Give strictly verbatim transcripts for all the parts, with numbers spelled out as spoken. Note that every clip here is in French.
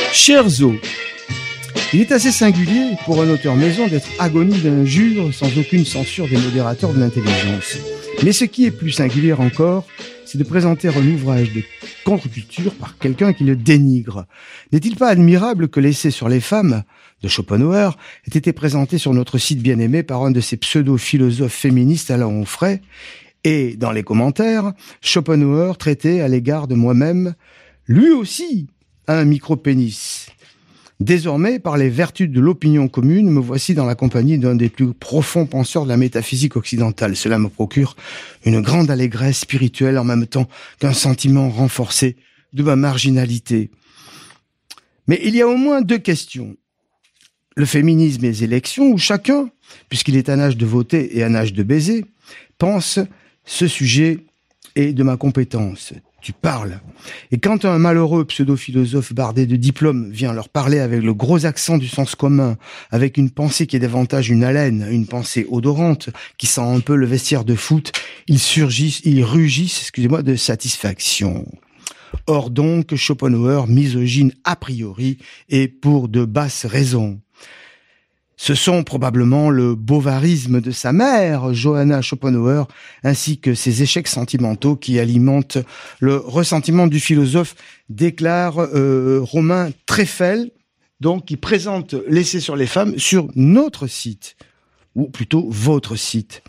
Chers os, il est assez singulier pour un auteur maison d'être agonie d'injures sans aucune censure des modérateurs de l'intelligence. Mais ce qui est plus singulier encore, c'est de présenter un ouvrage de contre-culture par quelqu'un qui le dénigre. N'est-il pas admirable que l'essai sur les femmes de Schopenhauer ait été présenté sur notre site bien-aimé par un de ces pseudo-philosophes féministes Alain Onfray, et dans les commentaires, Schopenhauer traitait à l'égard de moi-même, lui aussi, un micro-pénis. Désormais, par les vertus de l'opinion commune, me voici dans la compagnie d'un des plus profonds penseurs de la métaphysique occidentale. Cela me procure une grande allégresse spirituelle en même temps qu'un sentiment renforcé de ma marginalité. Mais il y a au moins deux questions. Le féminisme et les élections, où chacun, puisqu'il est un âge de voter et un âge de baiser, pense ce sujet est de ma compétence. Tu parles. Et quand un malheureux pseudo-philosophe bardé de diplômes vient leur parler avec le gros accent du sens commun, avec une pensée qui est davantage une haleine, une pensée odorante, qui sent un peu le vestiaire de foot, ils surgissent, ils rugissent, excusez-moi, de satisfaction. Or donc, Schopenhauer, misogyne a priori, et pour de basses raisons. Ce sont probablement le bovarisme de sa mère, Johanna Schopenhauer, ainsi que ses échecs sentimentaux qui alimentent le ressentiment du philosophe, déclare euh, Romain Treffel, donc qui présente l'essai sur les femmes sur notre site, ou plutôt votre site.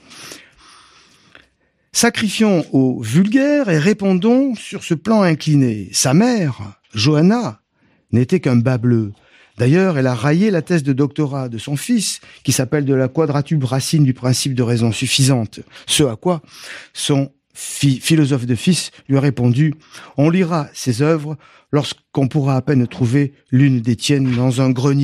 Sacrifions au vulgaire et répondons sur ce plan incliné. Sa mère, Johanna, n'était qu'un bas-bleu. D'ailleurs, elle a raillé la thèse de doctorat de son fils, qui s'appelle de la quadrature racine du principe de raison suffisante. Ce à quoi son fi- philosophe de fils lui a répondu « On lira ses œuvres lorsqu'on pourra à peine trouver l'une des tiennes dans un grenier. »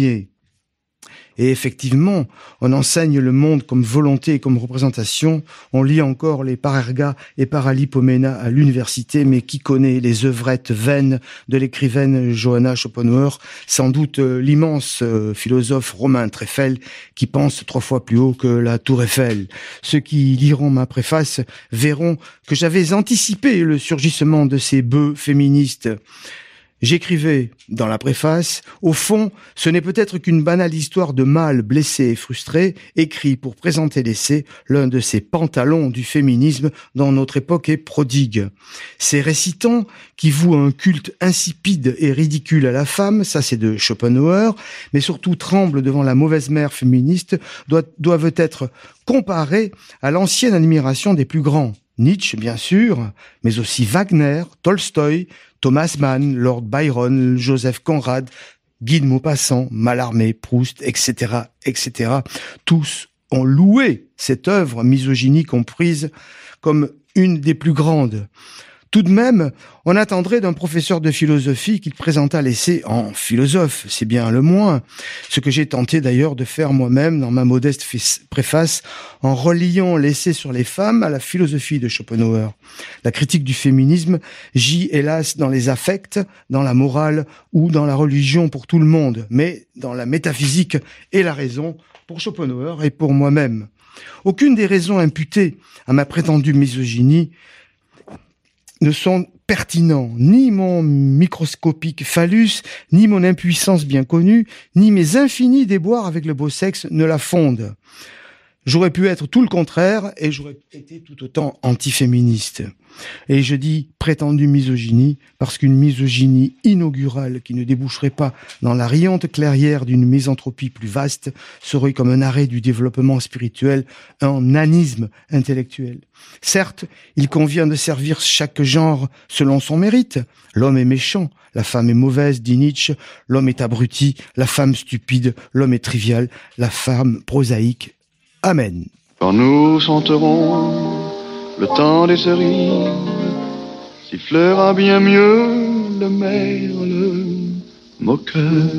Et effectivement, on enseigne le monde comme volonté et comme représentation. On lit encore les Parerga et Paralipomena à l'université, mais qui connaît les œuvrettes vaines de l'écrivaine Johanna Schopenhauer, sans doute l'immense philosophe Romain Treffel, qui pense trois fois plus haut que la Tour Eiffel. Ceux qui liront ma préface verront que j'avais anticipé le surgissement de ces bœufs féministes. J'écrivais dans la préface, au fond, ce n'est peut-être qu'une banale histoire de mâle blessé et frustré, écrit pour présenter l'essai, l'un de ces pantalons du féminisme dont notre époque est prodigue. Ces récitants, qui vouent un culte insipide et ridicule à la femme, ça c'est de Schopenhauer, mais surtout tremblent devant la mauvaise mère féministe, doivent, doivent être comparés à l'ancienne admiration des plus grands. Nietzsche, bien sûr, mais aussi Wagner, Tolstoï, Thomas Mann, Lord Byron, Joseph Conrad, Guy de Maupassant, Mallarmé, Proust, et cetera, et cetera. Tous ont loué cette œuvre, misogynie comprise, comme une des plus grandes. Tout de même, on attendrait d'un professeur de philosophie qu'il présentât l'essai en philosophe, c'est bien le moins. Ce que j'ai tenté d'ailleurs de faire moi-même dans ma modeste préface en reliant l'essai sur les femmes à la philosophie de Schopenhauer. La critique du féminisme gît hélas dans les affects, dans la morale ou dans la religion pour tout le monde, mais dans la métaphysique et la raison pour Schopenhauer et pour moi-même. Aucune des raisons imputées à ma prétendue misogynie ne sont pertinents, ni mon microscopique phallus, ni mon impuissance bien connue, ni mes infinis déboires avec le beau sexe ne la fondent. J'aurais pu être tout le contraire et j'aurais été tout autant antiféministe. Et je dis prétendue misogynie parce qu'une misogynie inaugurale qui ne déboucherait pas dans la riante clairière d'une misanthropie plus vaste serait comme un arrêt du développement spirituel, un nanisme intellectuel. Certes, il convient de servir chaque genre selon son mérite. L'homme est méchant, la femme est mauvaise, dit Nietzsche. L'homme est abruti, la femme stupide, l'homme est trivial, la femme prosaïque. Amen. Quand nous chanterons le temps des cerises, sifflera bien mieux le merle moqueur.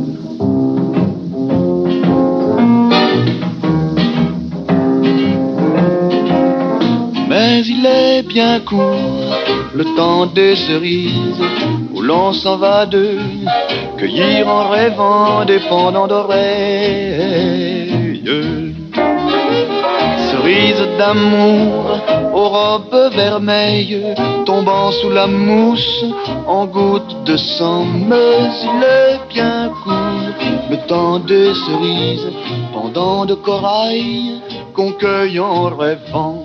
Mais il est bien court le temps des cerises, où l'on s'en va de cueillir en rêvant des pendants d'oreilles. brise d'amour aux robes vermeilles, tombant sous la mousse en gouttes de sang. Mais il est bien court, le temps des cerises, pendant de corail qu'on cueille en rêvant.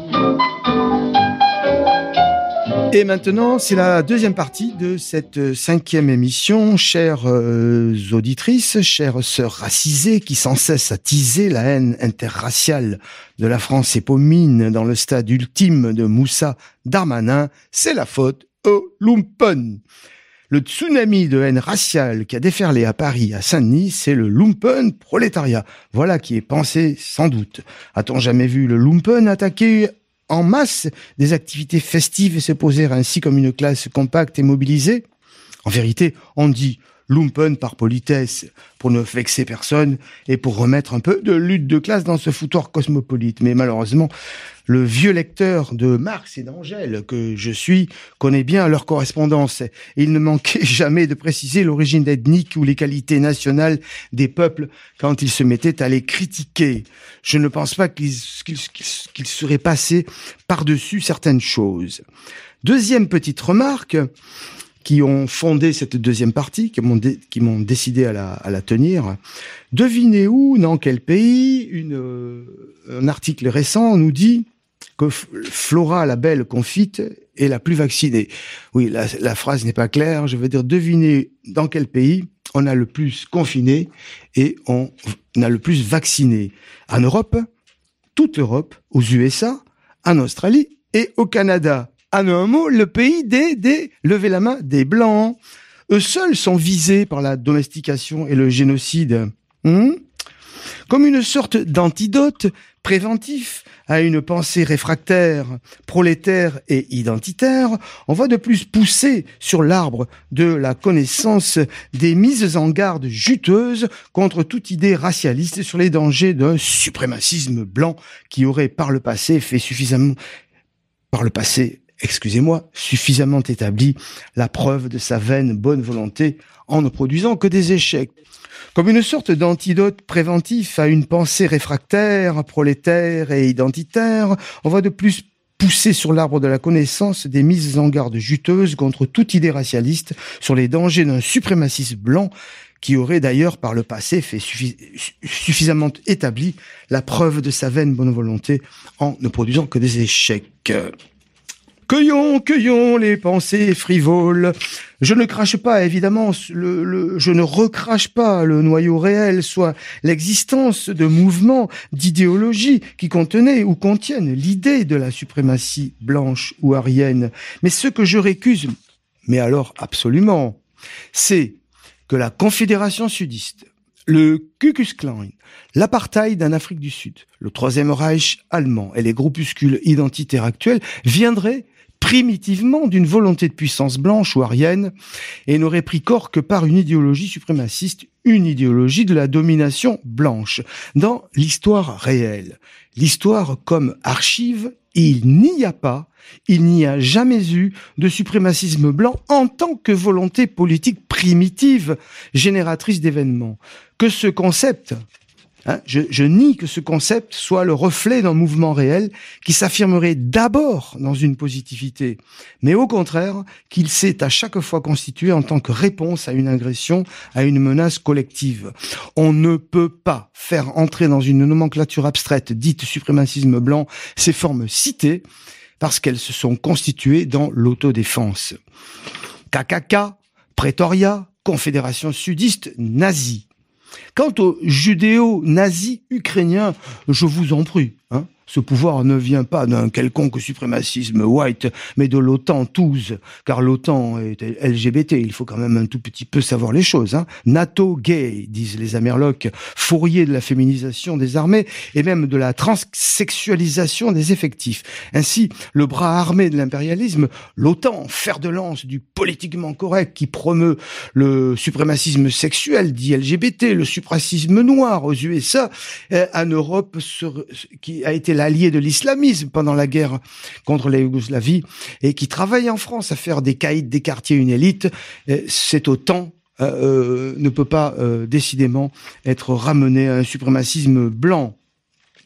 Et maintenant, c'est la deuxième partie de cette cinquième émission. Chères euh, auditrices, chères sœurs racisées qui sans cesse attisaient la haine interraciale de la France épomine dans le stade ultime de Moussa Darmanin, c'est la faute aux lumpen. Le tsunami de haine raciale qui a déferlé à Paris, à Saint-Denis, c'est le lumpen prolétariat. Voilà qui est pensé sans doute. A-t-on jamais vu le lumpen attaquer en masse des activités festives et se poser ainsi comme une classe compacte et mobilisée? En vérité, on dit lumpen par politesse, pour ne vexer personne et pour remettre un peu de lutte de classe dans ce foutoir cosmopolite. Mais malheureusement, le vieux lecteur de Marx et d'Angèle que je suis connaît bien leur correspondance. Et il ne manquait jamais de préciser l'origine ethnique ou les qualités nationales des peuples quand ils se mettaient à les critiquer. Je ne pense pas qu'ils, qu'ils, qu'ils, qu'ils seraient passés par-dessus certaines choses. Deuxième petite remarque, qui ont fondé cette deuxième partie, qui m'ont, dé, qui m'ont décidé à la, à la tenir. Devinez où, dans quel pays, une, euh, un article récent nous dit que Flora, la belle confite, est la plus vaccinée. Oui, la, la phrase n'est pas claire. Je veux dire, devinez dans quel pays on a le plus confiné et on, on a le plus vacciné. En Europe, toute l'Europe, aux U S A, en Australie et au Canada. En un mot, le pays des, des, levez la main, des Blancs. Eux seuls sont visés par la domestication et le génocide. Hum Comme une sorte d'antidote préventif à une pensée réfractaire, prolétaire et identitaire, on va de plus pousser sur l'arbre de la connaissance des mises en garde juteuses contre toute idée racialiste sur les dangers d'un suprémacisme blanc qui aurait par le passé fait suffisamment, par le passé, excusez-moi, suffisamment établi la preuve de sa vaine bonne volonté en ne produisant que des échecs. Comme une sorte d'antidote préventif à une pensée réfractaire, prolétaire et identitaire, on va de plus pousser sur l'arbre de la connaissance des mises en garde juteuses contre toute idée racialiste sur les dangers d'un suprémacisme blanc qui aurait d'ailleurs par le passé fait suffi- suffisamment établi la preuve de sa vaine bonne volonté en ne produisant que des échecs. Cueillons, cueillons les pensées frivoles. Je ne crache pas, évidemment, le, le, je ne recrache pas le noyau réel, soit l'existence de mouvements, d'idéologies qui contenaient ou contiennent l'idée de la suprématie blanche ou aryenne. Mais ce que je récuse, mais alors absolument, c'est que la Confédération sudiste, le Ku Klux Klan, l'apartheid en Afrique du Sud, le Troisième Reich allemand et les groupuscules identitaires actuels viendraient primitivement d'une volonté de puissance blanche ou aryenne et n'aurait pris corps que par une idéologie suprémaciste, une idéologie de la domination blanche. Dans l'histoire réelle, l'histoire comme archive, il n'y a pas, il n'y a jamais eu de suprémacisme blanc en tant que volonté politique primitive, génératrice d'événements. Que ce concept... Hein, je, je nie que ce concept soit le reflet d'un mouvement réel qui s'affirmerait d'abord dans une positivité, mais au contraire qu'il s'est à chaque fois constitué en tant que réponse à une agression, à une menace collective. On ne peut pas faire entrer dans une nomenclature abstraite dite suprémacisme blanc ces formes citées parce qu'elles se sont constituées dans l'autodéfense. K K K, Pretoria, Confédération sudiste, nazie. Quant aux judéo-nazis ukrainiens, je vous en prie, hein, ce pouvoir ne vient pas d'un quelconque suprémacisme white, mais de l'OTAN tous, car l'OTAN est L G B T, il faut quand même un tout petit peu savoir les choses. Hein. NATO gay, disent les Amerlocs, fourrier de la féminisation des armées et même de la transsexualisation des effectifs. Ainsi, le bras armé de l'impérialisme, l'OTAN, fer de lance du politiquement correct qui promeut le suprémacisme sexuel, dit L G B T, le suprémacisme noir aux U S A, euh, en Europe, sur, qui a été l'allié de l'islamisme pendant la guerre contre la Yougoslavie et qui travaille en France à faire des caïds des quartiers une élite, cet OTAN euh, ne peut pas euh, décidément être ramené à un suprémacisme blanc.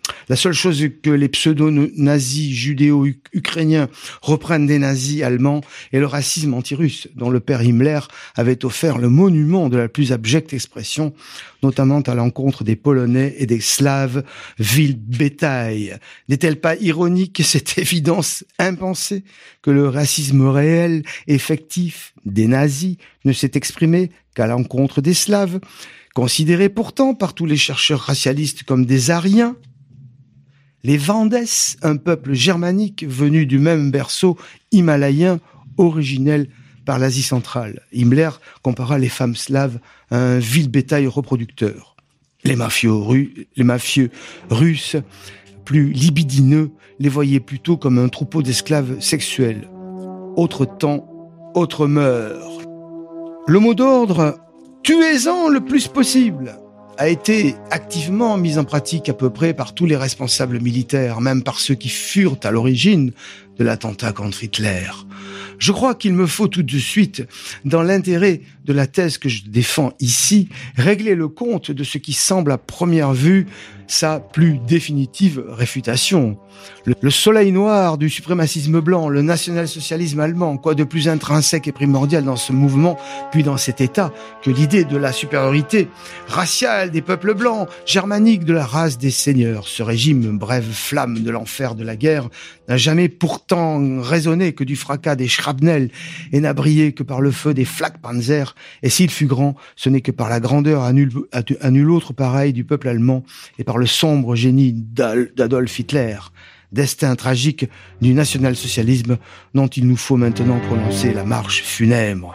La seule chose que les pseudo-nazis judéo-ukrainiens reprennent des nazis allemands est le racisme anti-russe, dont le père Himmler avait offert le monument de la plus abjecte expression, notamment à l'encontre des Polonais et des Slaves, vil bétail. N'est-elle pas ironique cette évidence impensée que le racisme réel, effectif des nazis ne s'est exprimé qu'à l'encontre des Slaves, considérés pourtant par tous les chercheurs racialistes comme des Aryens? Les Vandes, un peuple germanique venu du même berceau himalayen originel par l'Asie centrale. Himmler compara les femmes slaves à un vil bétail reproducteur. Les mafieux, ru- les mafieux russes, plus libidineux, les voyaient plutôt comme un troupeau d'esclaves sexuels. Autre temps, autre mœurs. Le mot d'ordre « tuez-en le plus possible » a été activement mise en pratique à peu près par tous les responsables militaires, même par ceux qui furent à l'origine de l'attentat contre Hitler. Je crois qu'il me faut tout de suite, dans l'intérêt de la thèse que je défends ici, régler le compte de ce qui semble à première vue sa plus définitive réfutation. Le, le soleil noir du suprémacisme blanc, le national-socialisme allemand, quoi de plus intrinsèque et primordial dans ce mouvement, puis dans cet état, que l'idée de la supériorité raciale des peuples blancs, germanique de la race des seigneurs. Ce régime, brève flamme de l'enfer de la guerre, n'a jamais pourtant résonné que du fracas des shrapnels et n'a brillé que par le feu des Flakpanzer. Et s'il fut grand, ce n'est que par la grandeur à nul, à, à nul autre pareil du peuple allemand et par le sombre génie d'Adolf Hitler. Destin tragique du national-socialisme dont il nous faut maintenant prononcer la marche funèbre.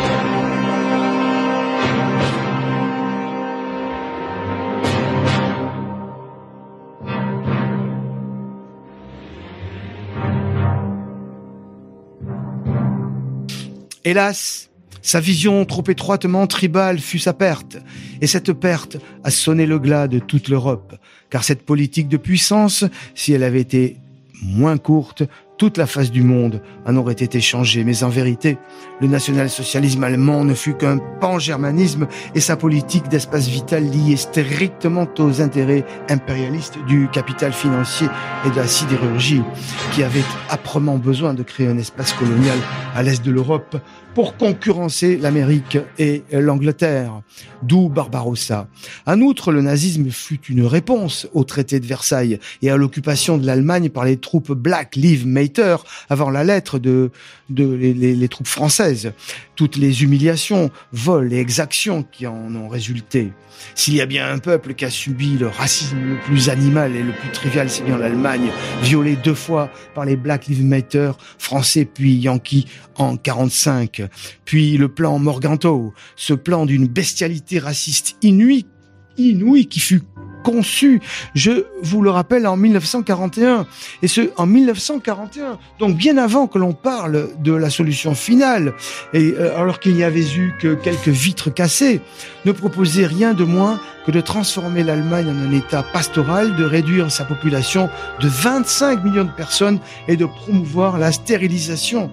Hélas, sa vision trop étroitement tribale fut sa perte, et cette perte a sonné le glas de toute l'Europe, car cette politique de puissance, si elle avait été moins courte, toute la face du monde en aurait été changée. Mais en vérité, le national-socialisme allemand ne fut qu'un pan-germanisme et sa politique d'espace vital liée strictement aux intérêts impérialistes du capital financier et de la sidérurgie, qui avait âprement besoin de créer un espace colonial à l'est de l'Europe pour concurrencer l'Amérique et l'Angleterre, d'où Barbarossa. En outre, le nazisme fut une réponse au traité de Versailles et à l'occupation de l'Allemagne par les troupes Black Lives Matter avant la lettre de, de les, les, les troupes françaises. Toutes les humiliations, vols et exactions qui en ont résulté. S'il y a bien un peuple qui a subi le racisme le plus animal et le plus trivial, c'est bien l'Allemagne, violée deux fois par les Black Lives Matter, français puis yankees en quarante-cinq. Puis le plan Morgenthau, ce plan d'une bestialité raciste inouïe, inouïe qui fut conçu, je vous le rappelle, en mille neuf cent quarante et un. Et ce, en mille neuf cent quarante et un, donc bien avant que l'on parle de la solution finale, et euh, alors qu'il n'y avait eu que quelques vitres cassées, ne proposait rien de moins que de transformer l'Allemagne en un État pastoral, de réduire sa population de vingt-cinq millions de personnes et de promouvoir la stérilisation.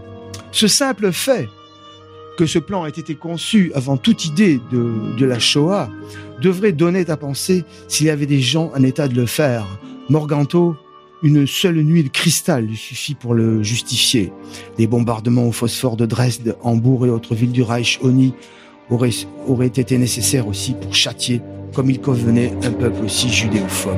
Ce simple fait que ce plan ait été conçu avant toute idée de, de la Shoah devrait donner à penser s'il y avait des gens en état de le faire. Morgenthau, une seule nuit de cristal lui suffit pour le justifier. Les bombardements au phosphore de Dresde, Hambourg et autres villes du Reich uni auraient, auraient été nécessaires aussi pour châtier, comme il convenait, un peuple aussi judéophobe.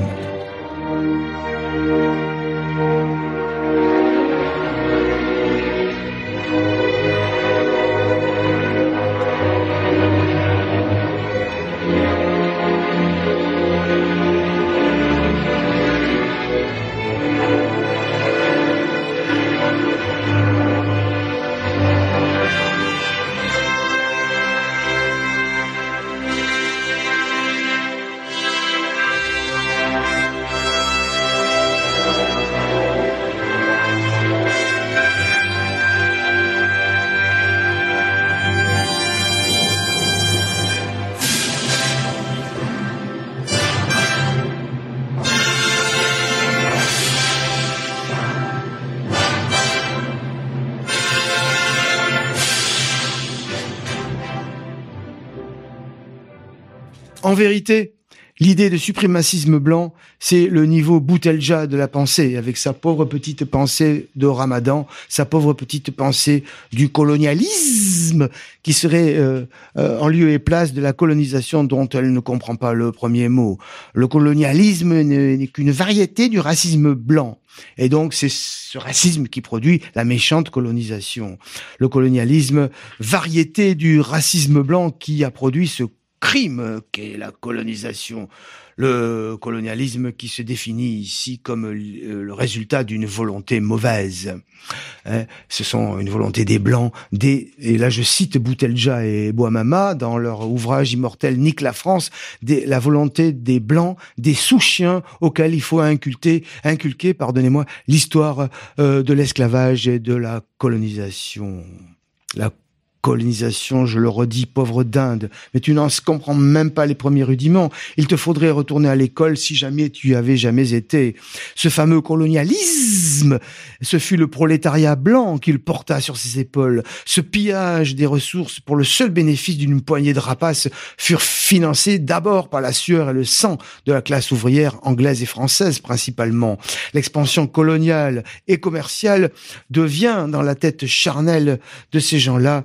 En vérité, L'idée de suprémacisme blanc, c'est le niveau Boutelja de la pensée, avec sa pauvre petite pensée de Ramadan, sa pauvre petite pensée du colonialisme, qui serait euh, euh, en lieu et place de la colonisation dont elle ne comprend pas le premier mot. Le colonialisme n'est qu'une variété du racisme blanc. Et donc, c'est ce racisme qui produit la méchante colonisation. Le colonialisme, variété du racisme blanc qui a produit ce crime qu'est la colonisation. Le colonialisme qui se définit ici comme le résultat d'une volonté mauvaise. Hein, ce sont une volonté des Blancs, des, et là je cite Boutelja et Boamama dans leur ouvrage immortel Nique la France, des, la volonté des Blancs, des sous-chiens auxquels il faut inculquer, inculquer, pardonnez-moi, l'histoire euh, de l'esclavage et de la colonisation. La colonisation, je le redis, pauvre d'Inde, mais tu n'en comprends même pas les premiers rudiments. Il te faudrait retourner à l'école si jamais tu y avais jamais été. Ce fameux colonialisme, ce fut le prolétariat blanc qu'il porta sur ses épaules. Ce pillage des ressources pour le seul bénéfice d'une poignée de rapaces furent financés d'abord par la sueur et le sang de la classe ouvrière anglaise et française principalement. L'expansion coloniale et commerciale devient, dans la tête charnelle de ces gens-là,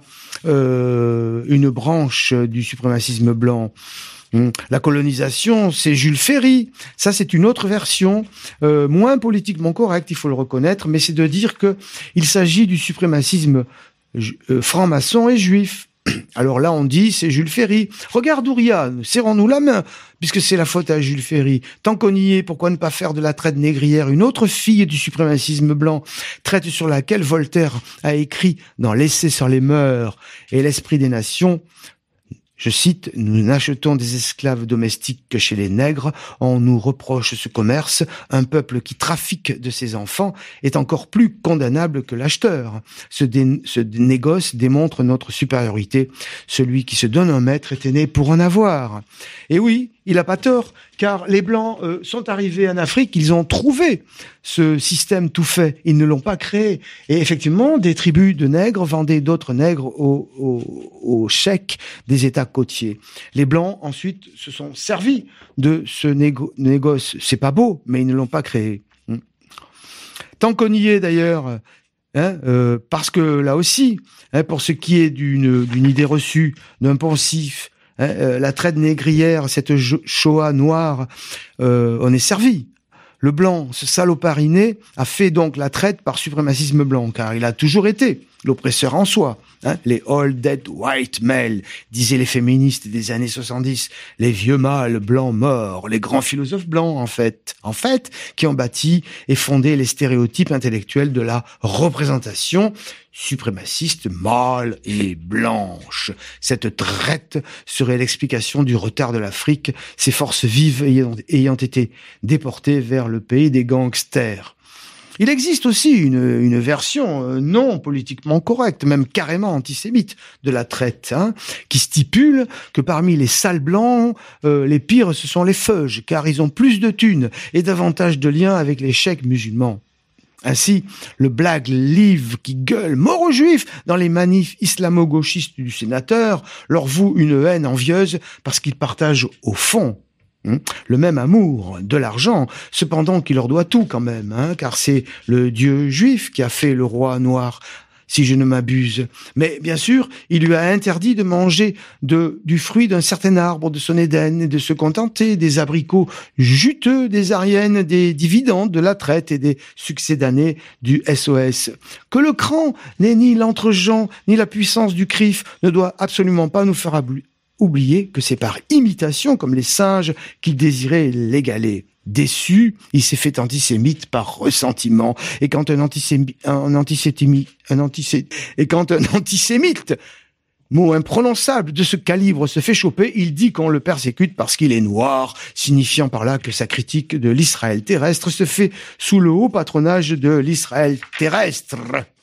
Euh, une branche du suprémacisme blanc. La colonisation, c'est Jules Ferry. Ça, c'est une autre version, euh, moins politiquement correcte, il faut le reconnaître, mais c'est de dire que il s'agit du suprémacisme euh, franc-maçon et juif. Alors là, on dit, c'est Jules Ferry. Regarde Ouria, serrons-nous la main, puisque c'est la faute à Jules Ferry. Tant qu'on y est, pourquoi ne pas faire de la traite négrière une autre fille du suprémacisme blanc, traite sur laquelle Voltaire a écrit dans l'Essai sur les mœurs et l'esprit des nations, je cite, « Nous n'achetons des esclaves domestiques que chez les nègres, on nous reproche ce commerce, un peuple qui trafique de ses enfants est encore plus condamnable que l'acheteur. Ce, dé- ce négoce démontre notre supériorité. Celui qui se donne un maître était né pour en avoir. » Et oui, il n'a pas tort, car les Blancs euh, sont arrivés en Afrique, ils ont trouvé ce système tout fait, ils ne l'ont pas créé. Et effectivement, des tribus de nègres vendaient d'autres nègres aux au, au cheikhs des États côtiers. Les Blancs, ensuite, se sont servis de ce négo- négoce. C'est pas beau, mais ils ne l'ont pas créé. Tant qu'on y est, d'ailleurs, hein, euh, parce que là aussi, hein, pour ce qui est d'une, d'une idée reçue, d'un pensif, hein, euh, la traite négrière, cette Shoah noire, euh, on est servi. Le blanc, ce salopariné, a fait donc la traite par suprémacisme blanc, car il a toujours été l'oppresseur en soi. Hein, les all dead white males, disaient les féministes des années soixante-dix, les vieux mâles blancs morts, les grands philosophes blancs, en fait, en fait, qui ont bâti et fondé les stéréotypes intellectuels de la représentation suprémaciste mâle et blanche. Cette traite serait l'explication du retard de l'Afrique, ses forces vives ayant, ayant été déportées vers le pays des gangsters. Il existe aussi une, une version non politiquement correcte, même carrément antisémite de la traite, hein, qui stipule que parmi les sales blancs, euh, les pires ce sont les feuges, car ils ont plus de thunes et davantage de liens avec les cheikhs musulmans. Ainsi, le Black Live qui gueule mort aux juifs dans les manifs islamo-gauchistes du sénateur leur voue une haine envieuse parce qu'ils partagent au fond hein, le même amour de l'argent, cependant qu'il leur doit tout quand même, hein, car c'est le Dieu juif qui a fait le roi noir, si je ne m'abuse. Mais bien sûr, il lui a interdit de manger de, du fruit d'un certain arbre de son Éden et de se contenter des abricots juteux des Ariennes, des dividendes de la traite et des succédanés du S O S. Que le cran n'est ni l'entre-gens, ni la puissance du C R I F ne doit absolument pas nous faire oublier que c'est par imitation, comme les singes, qu'il désirait l'égaler. Déçu, il s'est fait antisémite par ressentiment. Et quand un antisémite, un antisémite, un antisémite, et quand un antisémite, mot imprononçable de ce calibre, se fait choper, il dit qu'on le persécute parce qu'il est noir, signifiant par là que sa critique de l'Israël terrestre se fait sous le haut patronage de l'Israël terrestre.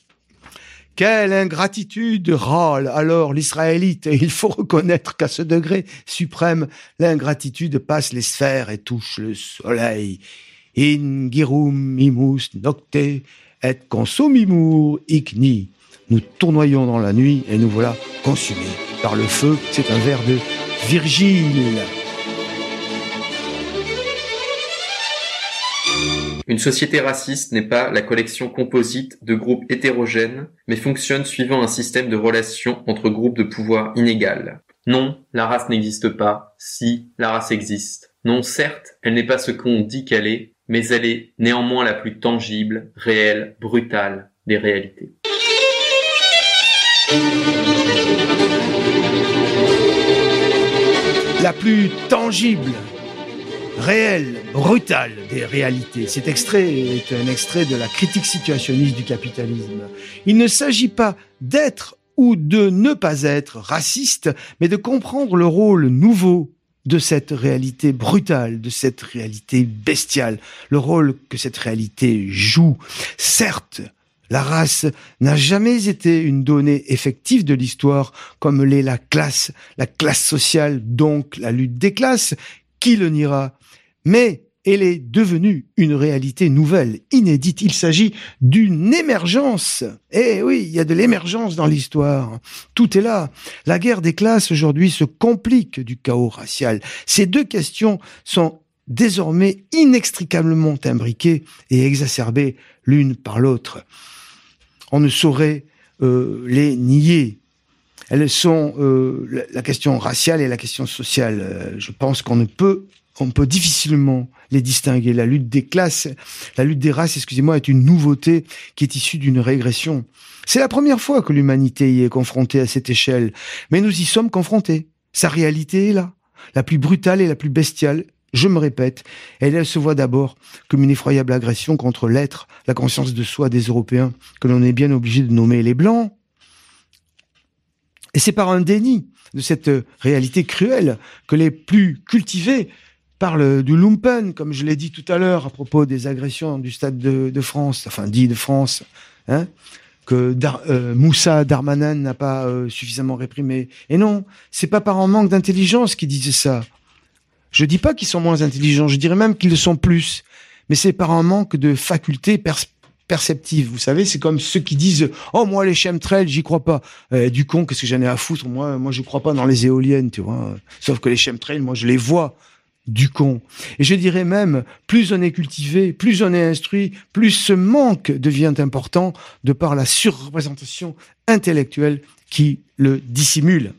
Quelle ingratitude râle alors l'Israélite, et il faut reconnaître qu'à ce degré suprême, l'ingratitude passe les sphères et touche le soleil. In girum imus nocte et consumimur igni. Nous tournoyons dans la nuit et nous voilà consumés par le feu. C'est un vers de Virgile. Une société raciste n'est pas la collection composite de groupes hétérogènes, mais fonctionne suivant un système de relations entre groupes de pouvoir inégal. Non, la race n'existe pas. Si, la race existe. Non, certes, elle n'est pas ce qu'on dit qu'elle est, mais elle est néanmoins la plus tangible, réelle, brutale des réalités. La plus tangible, réelle, brutale des réalités. Cet extrait est un extrait de la critique situationniste du capitalisme. Il ne s'agit pas d'être ou de ne pas être raciste, mais de comprendre le rôle nouveau de cette réalité brutale, de cette réalité bestiale, le rôle que cette réalité joue. Certes, la race n'a jamais été une donnée effective de l'histoire comme l'est la classe, la classe sociale, donc la lutte des classes. Qui le niera? Mais elle est devenue une réalité nouvelle, inédite. Il s'agit d'une émergence. Eh oui, il y a de l'émergence dans l'histoire. Tout est là. La guerre des classes aujourd'hui se complique du chaos racial. Ces deux questions sont désormais inextricablement imbriquées et exacerbées l'une par l'autre. On ne saurait euh, les nier. Elles sont euh, la question raciale et la question sociale. Euh, je pense qu'on ne peut, on peut difficilement les distinguer. La lutte des classes, la lutte des races, excusez-moi, est une nouveauté qui est issue d'une régression. C'est la première fois que l'humanité y est confrontée à cette échelle, mais nous y sommes confrontés. Sa réalité est là, la plus brutale et la plus bestiale. Je me répète, elle, elle se voit d'abord comme une effroyable agression contre l'être, la conscience de soi des Européens, que l'on est bien obligé de nommer les Blancs. Et c'est par un déni de cette réalité cruelle que les plus cultivés parlent du lumpen, comme je l'ai dit tout à l'heure à propos des agressions du Stade de, de France, enfin dit de France, hein, que Dar, euh, Moussa Darmanin n'a pas euh, suffisamment réprimé. Et non, c'est pas par un manque d'intelligence qu'ils disent ça. Je dis pas qu'ils sont moins intelligents, je dirais même qu'ils le sont plus. Mais c'est par un manque de facultés pers- perceptives. Vous savez, c'est comme ceux qui disent « Oh, moi, les chemtrails, j'y crois pas. Euh, » Du con, qu'est-ce que j'en ai à foutre? Moi, moi, je crois pas dans les éoliennes, tu vois. Sauf que les chemtrails, moi, je les vois. Du con. Et je dirais même, plus on est cultivé, plus on est instruit, plus ce manque devient important de par la surreprésentation intellectuelle qui le dissimule.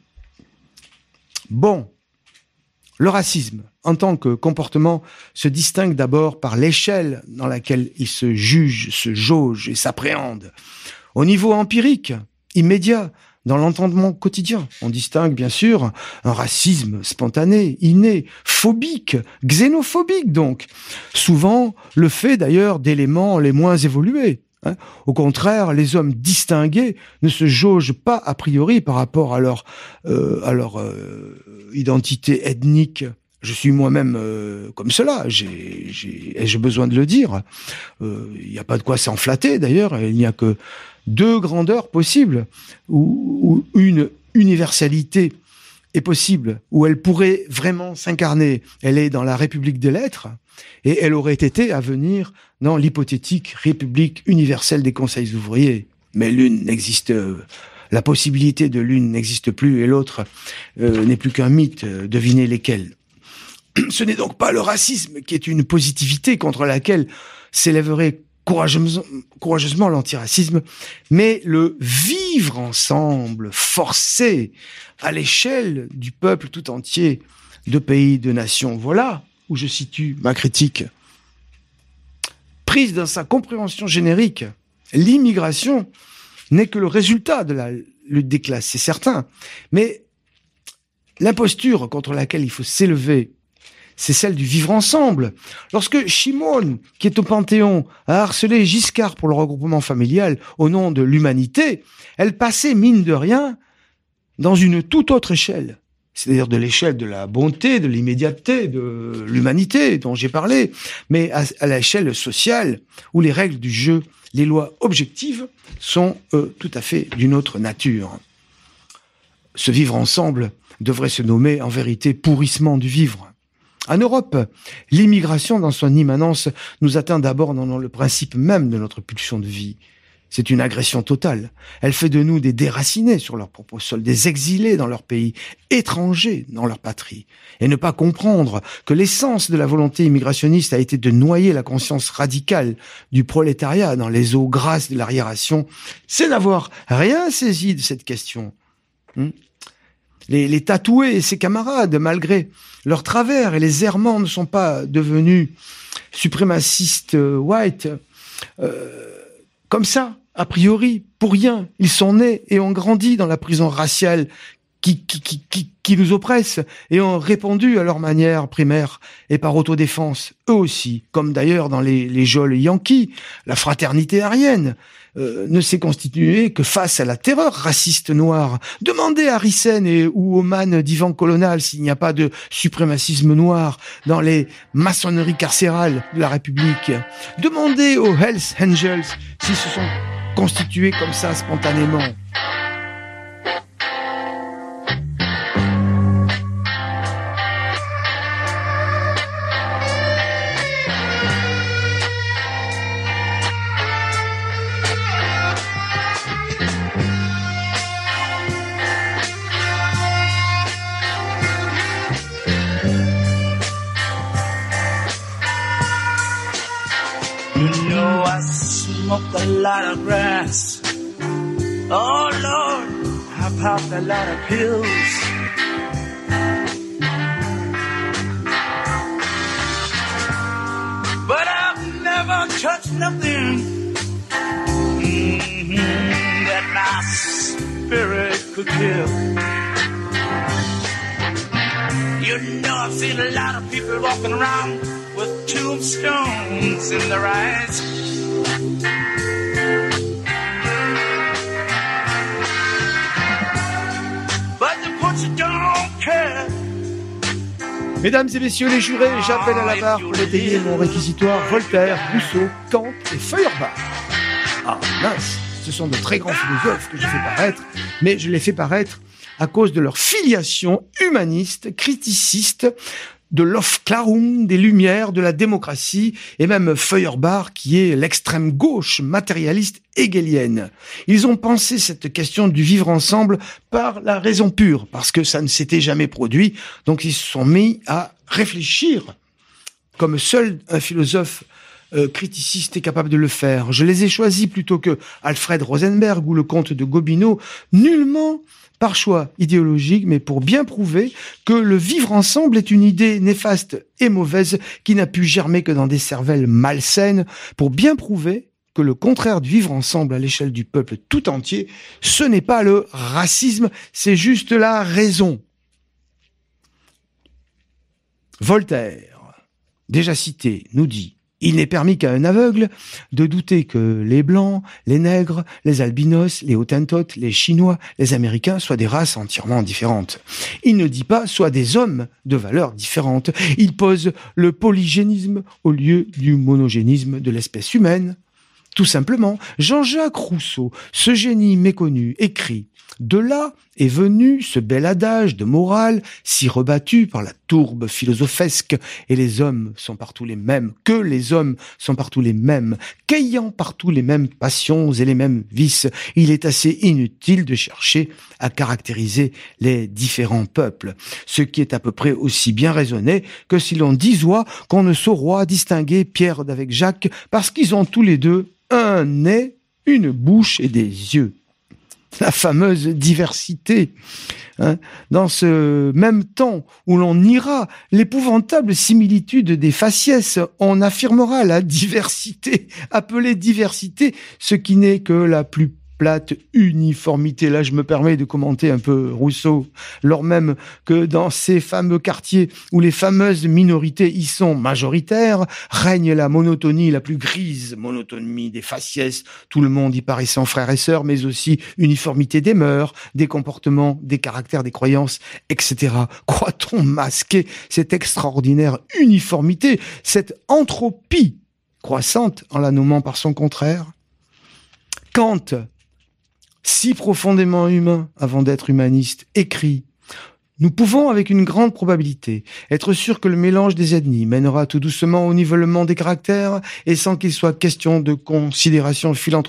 Bon. Le racisme, en tant que comportement, se distingue d'abord par l'échelle dans laquelle il se juge, se jauge et s'appréhende. Au niveau empirique, immédiat, dans l'entendement quotidien, on distingue bien sûr un racisme spontané, inné, phobique, xénophobique donc, souvent le fait d'ailleurs d'éléments les moins évolués. Hein. Au contraire, les hommes distingués ne se jaugent pas a priori par rapport à leur, euh, à leur euh, identité ethnique. Je suis moi-même euh, comme cela, j'ai, j'ai, ai-je besoin de le dire. Il euh, n'y a pas de quoi s'en flatter d'ailleurs, il n'y a que deux grandeurs possibles, où, où une universalité est possible, où elle pourrait vraiment s'incarner. Elle est dans la République des lettres, et elle aurait été à venir dans l'hypothétique République universelle des conseils ouvriers. Mais l'une n'existe, la possibilité de l'une n'existe plus, et l'autre euh, n'est plus qu'un mythe, devinez lesquels. Ce n'est donc pas le racisme qui est une positivité contre laquelle s'élèverait courageusement, courageusement l'antiracisme, mais le vivre ensemble forcé à l'échelle du peuple tout entier, de pays, de nations. Voilà où je situe ma critique. Prise dans sa compréhension générique, l'immigration n'est que le résultat de la lutte des classes, c'est certain, mais l'imposture contre laquelle il faut s'élever, c'est celle du vivre ensemble. Lorsque Shimon, qui est au Panthéon, a harcelé Giscard pour le regroupement familial au nom de l'humanité, elle passait, mine de rien, dans une toute autre échelle. C'est-à-dire de l'échelle de la bonté, de l'immédiateté, de l'humanité dont j'ai parlé, mais à, à l'échelle sociale, où les règles du jeu, les lois objectives, sont euh, tout à fait d'une autre nature. Ce vivre ensemble devrait se nommer en vérité pourrissement du vivre. En Europe, l'immigration dans son immanence nous atteint d'abord dans le principe même de notre pulsion de vie. C'est une agression totale. Elle fait de nous des déracinés sur leur propre sol, des exilés dans leur pays, étrangers dans leur patrie. Et ne pas comprendre que l'essence de la volonté immigrationniste a été de noyer la conscience radicale du prolétariat dans les eaux grasses de l'arriération, c'est n'avoir rien saisi de cette question. Hum les, les tatoués et ses camarades, malgré leurs travers et les errements, ne sont pas devenus suprémacistes euh, white, euh, comme ça, a priori, pour rien. Ils sont nés et ont grandi dans la prison raciale qui, qui, qui, qui, qui nous oppresse et ont répondu à leur manière primaire et par autodéfense, eux aussi, comme d'ailleurs dans les, les geôles Yankees, la fraternité aryenne euh, ne s'est constituée que face à la terreur raciste noire. Demandez à Rissen et ou aux man d'Ivan Colonel s'il n'y a pas de suprémacisme noir dans les maçonneries carcérales de la République. Demandez aux Hells Angels s'ils se sont constitués comme ça spontanément. Smoked a lot of grass. Oh Lord, I popped a lot of pills. But I've never touched nothing mm-hmm, that my spirit could kill. You know I've seen a lot of people walking around with tombstones in their eyes. Mesdames et messieurs les jurés, j'appelle à la barre pour étayer mon réquisitoire Voltaire, Rousseau, Kant et Feuerbach. Ah mince, ce sont de très grands philosophes que je fais paraître, mais je les fais paraître à cause de leur filiation humaniste, criticiste, de l'Aufklärung, des Lumières, de la démocratie, et même Feuerbach, qui est l'extrême gauche matérialiste hegelienne. Ils ont pensé cette question du vivre ensemble par la raison pure, parce que ça ne s'était jamais produit, donc ils se sont mis à réfléchir, comme seul un philosophe euh, criticiste est capable de le faire. Je les ai choisis plutôt que Alfred Rosenberg ou le comte de Gobineau, nullement par choix idéologique, mais pour bien prouver que le vivre ensemble est une idée néfaste et mauvaise qui n'a pu germer que dans des cervelles malsaines, pour bien prouver que le contraire du vivre ensemble à l'échelle du peuple tout entier, ce n'est pas le racisme, c'est juste la raison. Voltaire, déjà cité, nous dit: il n'est permis qu'à un aveugle de douter que les Blancs, les Nègres, les Albinos, les Hottentots, les Chinois, les Américains soient des races entièrement différentes. Il ne dit pas soient des hommes de valeurs différentes. Il pose le polygénisme au lieu du monogénisme de l'espèce humaine. Tout simplement, Jean-Jacques Rousseau, ce génie méconnu, écrit: de là est venu ce bel adage de morale, si rebattu par la tourbe philosophesque, et les hommes sont partout les mêmes, que les hommes sont partout les mêmes, qu'ayant partout les mêmes passions et les mêmes vices, il est assez inutile de chercher à caractériser les différents peuples. Ce qui est à peu près aussi bien raisonné que si l'on disoit qu'on ne sauroit distinguer Pierre d'avec Jacques, parce qu'ils ont tous les deux un nez, une bouche et des yeux. La fameuse diversité. Hein. Dans ce même temps où l'on niera l'épouvantable similitude des faciès, on affirmera la diversité, appelée diversité, ce qui n'est que la plus plate uniformité. Là, je me permets de commenter un peu Rousseau, lors même que dans ces fameux quartiers où les fameuses minorités y sont majoritaires, règne la monotonie, la plus grise monotonie des faciès, tout le monde y paraissant frères et sœurs, mais aussi uniformité des mœurs, des comportements, des caractères, des croyances, et cetera. Croit-on masquer cette extraordinaire uniformité, cette entropie croissante en la nommant par son contraire? Kant, si profondément humain avant d'être humaniste, écrit: nous pouvons avec une grande probabilité être sûrs que le mélange des ethnies mènera tout doucement au nivellement des caractères et sans qu'il soit question de considération philanthropique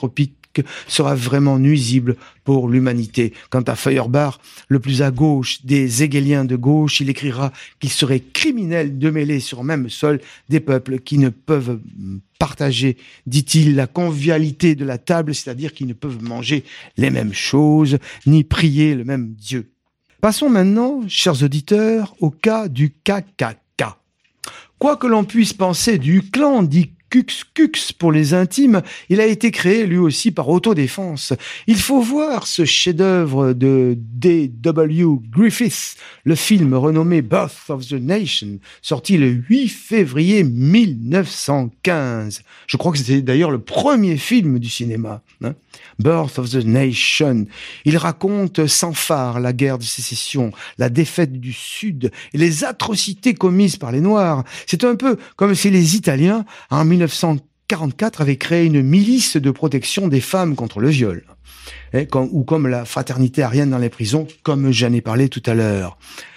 remarque sera vraiment nuisible pour l'humanité. Quant à Feuerbach, le plus à gauche des hégéliens de gauche, il écrira qu'il serait criminel de mêler sur un même sol des peuples qui ne peuvent partager, dit-il, la convivialité de la table, c'est-à-dire qu'ils ne peuvent manger les mêmes choses, ni prier le même Dieu. Passons maintenant, chers auditeurs, au cas du K K K. Quoi que l'on puisse penser du clan dit Kux Kux pour les intimes, il a été créé lui aussi par autodéfense. Il faut voir ce chef-d'œuvre de D W Griffith, le film renommé Birth of the Nation, sorti le huit février mille neuf cent quinze. Je crois que c'était d'ailleurs le premier film du cinéma. Hein. Birth of the Nation. Il raconte sans phare la guerre de sécession, la défaite du Sud et les atrocités commises par les Noirs. C'est un peu comme si les Italiens, en mille neuf cent quarante-quatre, avaient créé une milice de protection des femmes contre le viol. Et comme, ou comme la fraternité arienne dans les prisons, comme j'en ai parlé tout à l'heure.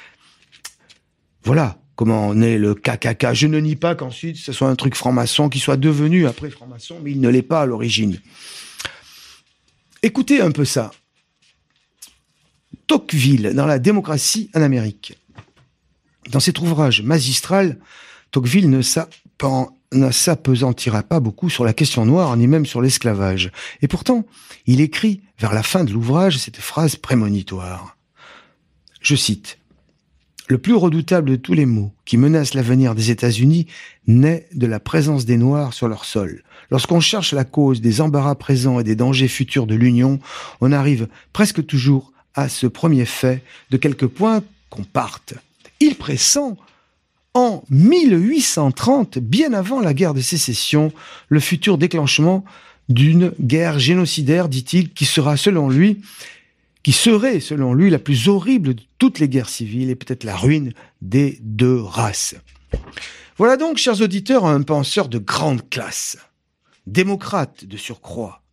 Voilà comment naît le K K K. Je ne nie pas qu'ensuite ce soit un truc franc-maçon qui soit devenu après franc-maçon, mais il ne l'est pas à l'origine. Écoutez un peu ça. Tocqueville, dans la démocratie en Amérique. Dans cet ouvrage magistral, Tocqueville ne s'apesantira pas beaucoup sur la question noire, ni même sur l'esclavage. Et pourtant, il écrit, vers la fin de l'ouvrage, cette phrase prémonitoire. Je cite. « Le plus redoutable de tous les maux qui menacent l'avenir des États-Unis naît de la présence des Noirs sur leur sol. Lorsqu'on cherche la cause des embarras présents et des dangers futurs de l'Union, on arrive presque toujours à ce premier fait de quelque point qu'on parte. Il pressent en mille huit cent trente, bien avant la guerre de sécession, le futur déclenchement d'une guerre génocidaire, dit-il, qui sera selon lui qui serait, selon lui, la plus horrible de toutes les guerres civiles et peut-être la ruine des deux races. » Voilà donc, chers auditeurs, un penseur de grande classe, démocrate de surcroît,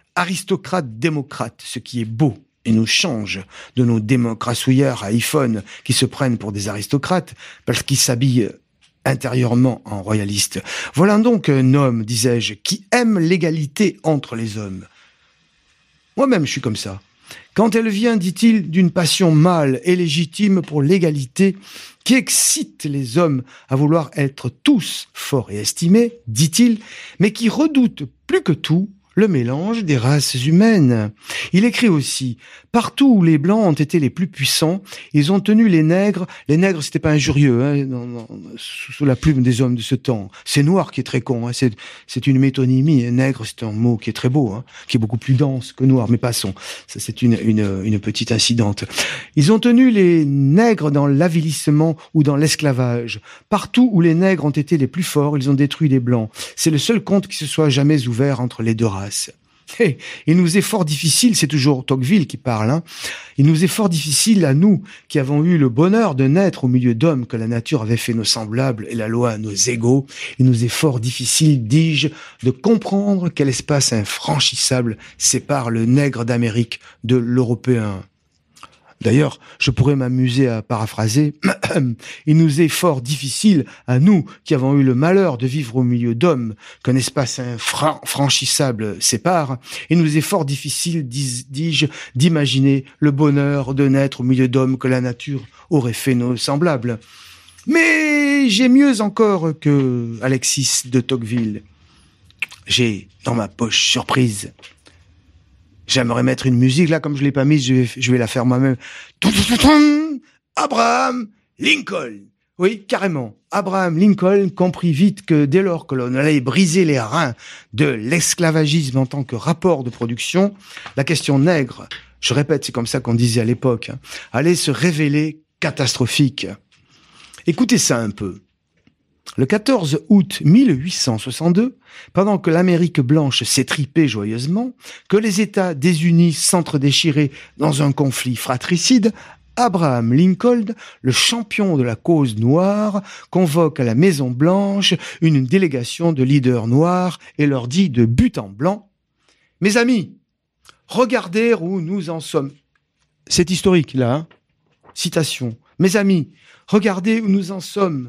aristocrate-démocrate, ce qui est beau et nous change de nos démocrassouillards à iPhone qui se prennent pour des aristocrates parce qu'ils s'habillent intérieurement en royalistes. Voilà donc un homme, disais-je, qui aime l'égalité entre les hommes. Moi-même, je suis comme ça. Quand elle vient, dit-il, d'une passion mâle et légitime pour l'égalité, qui excite les hommes à vouloir être tous forts et estimés, dit-il, mais qui redoute plus que tout le mélange des races humaines. Il écrit aussi, partout où les Blancs ont été les plus puissants, ils ont tenu les nègres, les nègres c'était pas injurieux, hein, non, non, sous la plume des hommes de ce temps. C'est noir qui est très con, hein, c'est, c'est une métonymie, hein. Nègre c'est un mot qui est très beau, hein, qui est beaucoup plus dense que noir, mais passons, ça c'est une, une, une petite incidente. Ils ont tenu les nègres dans l'avilissement ou dans l'esclavage. Partout où les nègres ont été les plus forts, ils ont détruit les Blancs. C'est le seul compte qui se soit jamais ouvert entre les deux races. Hey, il nous est fort difficile, c'est toujours Tocqueville qui parle, hein, il nous est fort difficile à nous qui avons eu le bonheur de naître au milieu d'hommes que la nature avait fait nos semblables et la loi nos égaux, il nous est fort difficile, dis-je, de comprendre quel espace infranchissable sépare le nègre d'Amérique de l'Européen. D'ailleurs, je pourrais m'amuser à paraphraser. Il nous est fort difficile, à nous qui avons eu le malheur de vivre au milieu d'hommes, qu'un espace infranchissable sépare. Il nous est fort difficile, dis- dis-je, d'imaginer le bonheur de naître au milieu d'hommes que la nature aurait fait nos semblables. Mais j'ai mieux encore que Alexis de Tocqueville. J'ai dans ma poche surprise. J'aimerais mettre une musique, là, comme je l'ai pas mise, je vais, je vais la faire moi-même. Abraham Lincoln. Oui, carrément. Abraham Lincoln comprit vite que dès lors que l'on allait briser les reins de l'esclavagisme en tant que rapport de production, la question nègre, je répète, c'est comme ça qu'on disait à l'époque, hein, allait se révéler catastrophique. Écoutez ça un peu. Le quatorze août mille huit cent soixante-deux, pendant que l'Amérique blanche s'étripait joyeusement, que les États désunis s'entre-déchiraient dans un conflit fratricide, Abraham Lincoln, le champion de la cause noire, convoque à la Maison Blanche une délégation de leaders noirs et leur dit de but en blanc « Mes amis, regardez où nous en sommes. » C'est historique là, hein ? Citation. « Mes amis, regardez où nous en sommes.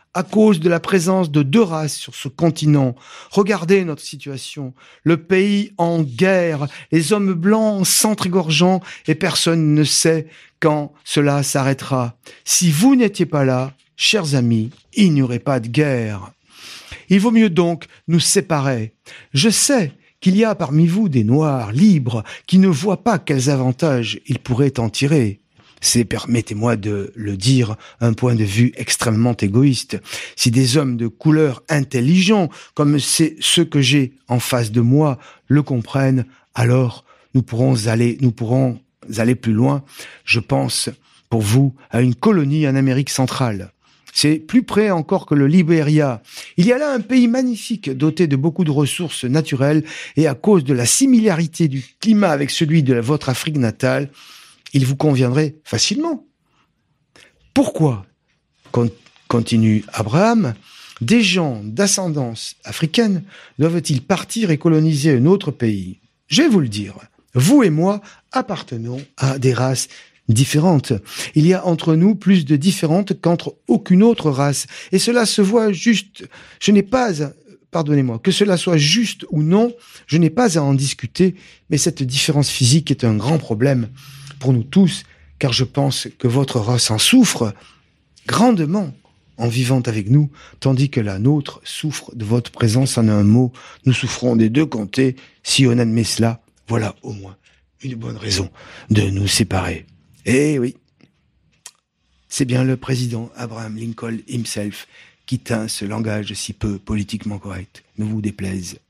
à cause de la présence de deux races sur ce continent. Regardez notre situation. Le pays en guerre, les hommes blancs s'entr'égorgeant et personne ne sait quand cela s'arrêtera. Si vous n'étiez pas là, chers amis, il n'y aurait pas de guerre. Il vaut mieux donc nous séparer. Je sais qu'il y a parmi vous des Noirs libres qui ne voient pas quels avantages ils pourraient en tirer. C'est, permettez-moi de le dire, un point de vue extrêmement égoïste. Si des hommes de couleur intelligents, comme c'est ceux que j'ai en face de moi, le comprennent, alors nous pourrons aller, nous pourrons aller plus loin. Je pense, pour vous, à une colonie en Amérique centrale. C'est plus près encore que le Libéria. Il y a là un pays magnifique, doté de beaucoup de ressources naturelles, et à cause de la similarité du climat avec celui de votre Afrique natale, il vous conviendrait facilement. Pourquoi, continue Abraham, des gens d'ascendance africaine doivent-ils partir et coloniser un autre pays? Je vais vous le dire. Vous et moi appartenons à des races différentes. Il y a entre nous plus de différentes qu'entre aucune autre race. Et cela se voit juste. Je n'ai pas à, pardonnez-moi, que cela soit juste ou non, je n'ai pas à en discuter, mais cette différence physique est un grand problème pour nous tous, car je pense que votre race en souffre grandement en vivant avec nous, tandis que la nôtre souffre de votre présence. En un mot, nous souffrons des deux côtés. Si on admet cela, voilà au moins une bonne raison de nous séparer. Eh oui, c'est bien le président Abraham Lincoln himself qui tint ce langage si peu politiquement correct. Ne vous déplaise.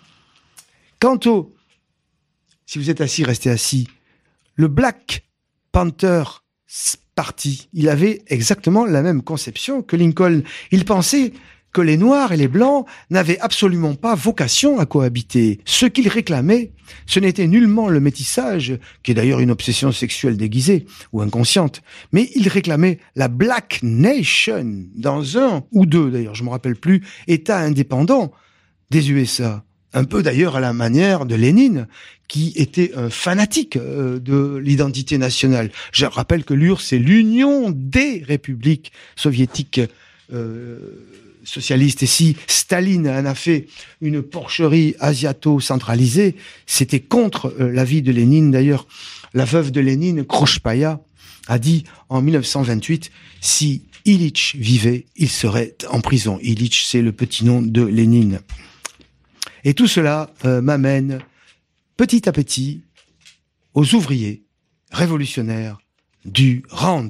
Quant au, si vous êtes assis, restez assis, le Black Panther Party, il avait exactement la même conception que Lincoln. Il pensait que les Noirs et les Blancs n'avaient absolument pas vocation à cohabiter. Ce qu'il réclamait, ce n'était nullement le métissage, qui est d'ailleurs une obsession sexuelle déguisée ou inconsciente, mais il réclamait la Black Nation dans un ou deux, d'ailleurs, je ne me rappelle plus, États indépendants des U S A. Un peu d'ailleurs à la manière de Lénine, qui était un fanatique de l'identité nationale. Je rappelle que l'U R S S, c'est l'Union des républiques soviétiques euh, socialistes. Et si Staline en a fait une porcherie asiato-centralisée, c'était contre euh, l'avis de Lénine. D'ailleurs, la veuve de Lénine, Krochpaya, a dit en mille neuf cent vingt-huit, si Ilitch vivait, il serait en prison. Ilitch, c'est le petit nom de Lénine. Et tout cela euh, m'amène petit à petit aux ouvriers révolutionnaires du Rand.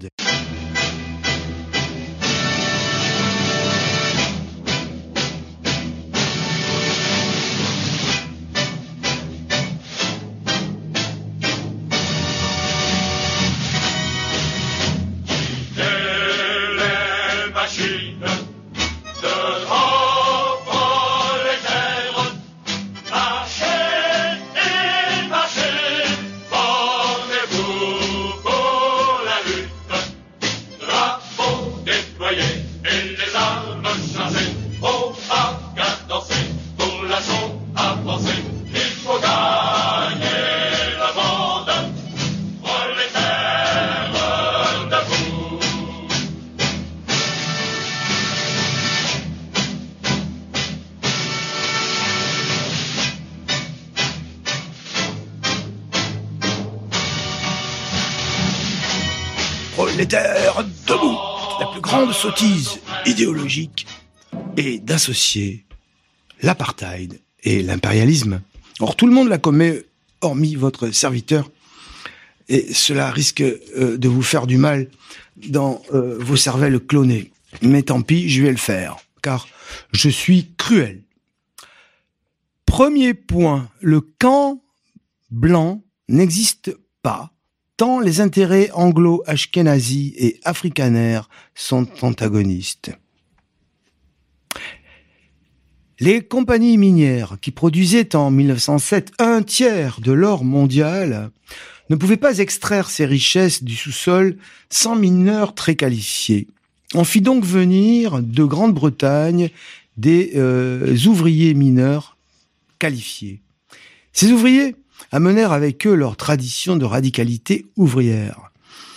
Prolétaires debout, la plus grande sottise idéologique est d'associer l'apartheid et l'impérialisme. Or, tout le monde la commet, hormis votre serviteur, et cela risque euh, de vous faire du mal dans euh, vos cervelles clonées. Mais tant pis, je vais le faire, car je suis cruel. Premier point, le camp blanc n'existe pas, tant les intérêts anglo-ashkénazis et africanaires sont antagonistes. Les compagnies minières qui produisaient en mille neuf cent sept un tiers de l'or mondial ne pouvaient pas extraire ces richesses du sous-sol sans mineurs très qualifiés. On fit donc venir de Grande-Bretagne des euh, ouvriers mineurs qualifiés. Ces ouvriers amenèrent avec eux leur tradition de radicalité ouvrière.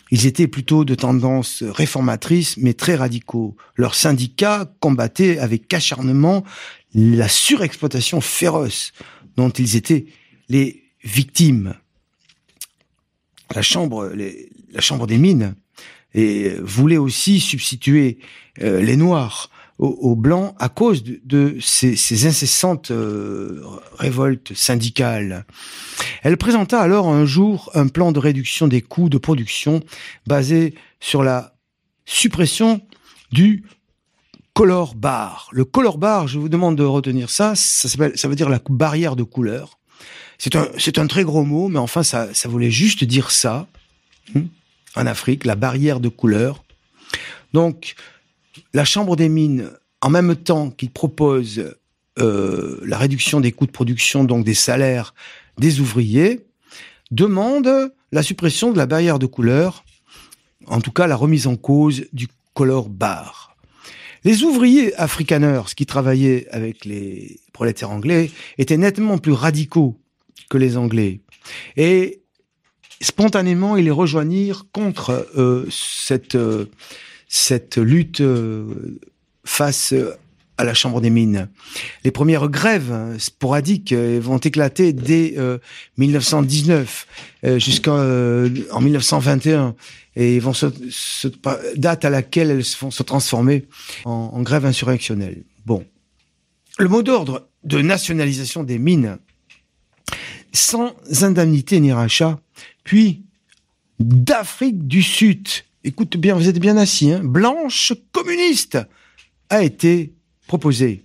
Ils étaient plutôt de tendance réformatrice, mais très radicaux. Leurs syndicats combattaient avec acharnement la surexploitation féroce dont ils étaient les victimes. La chambre, les, la chambre des mines et voulait aussi substituer euh, les Noirs aux, aux Blancs à cause de, de ces, ces incessantes euh, révoltes syndicales. Elle présenta alors un jour un plan de réduction des coûts de production basé sur la suppression du color bar. Le color bar, je vous demande de retenir ça, ça s'appelle, ça veut dire la barrière de couleur. C'est un, c'est un très gros mot, mais enfin, ça, ça voulait juste dire ça. Hein, en Afrique, la barrière de couleur. Donc, la Chambre des mines, en même temps qu'il propose euh, la réduction des coûts de production, donc des salaires des ouvriers, demande la suppression de la barrière de couleur, en tout cas la remise en cause du color bar. Les ouvriers afrikaners qui travaillaient avec les prolétaires anglais étaient nettement plus radicaux que les Anglais. Et spontanément, ils les rejoignirent contre euh, cette, euh, cette lutte euh, face à la Chambre des mines. Les premières grèves sporadiques euh, vont éclater dès euh, mille neuf cent dix-neuf euh, jusqu'en euh, en mille neuf cent vingt et un et vont se, se, date à laquelle elles vont se transformer en, en grève insurrectionnelle. Bon, le mot d'ordre de nationalisation des mines sans indemnité ni rachat, puis d'Afrique du Sud, écoute bien, vous êtes bien assis, hein, blanche communiste, a été proposé.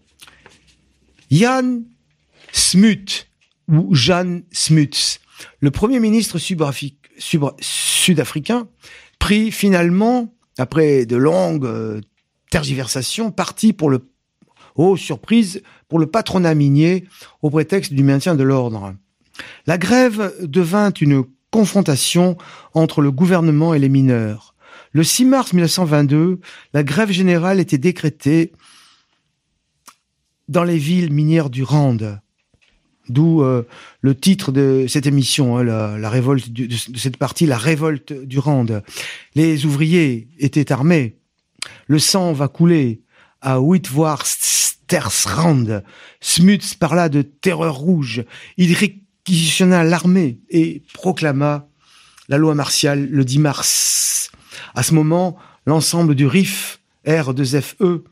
Jan Smuts, ou Jan Smuts, le premier ministre sud-africain, prit finalement, après de longues euh, tergiversations, parti pour le Oh, surprise, pour le patronat minier, au prétexte du maintien de l'ordre. La grève devint une confrontation entre le gouvernement et les mineurs. Le six mars mille neuf cent vingt-deux, la grève générale était décrétée dans les villes minières du Rand, d'où euh, le titre de cette émission, hein, la, la révolte du, de, de cette partie, la révolte du Rand. Les ouvriers étaient armés. Le sang va couler. À Witwatersrand, Smuts parla de terreur rouge. Il réquisitionna l'armée et proclama la loi martiale le dix mars. À ce moment, l'ensemble du R I F, R deux F E,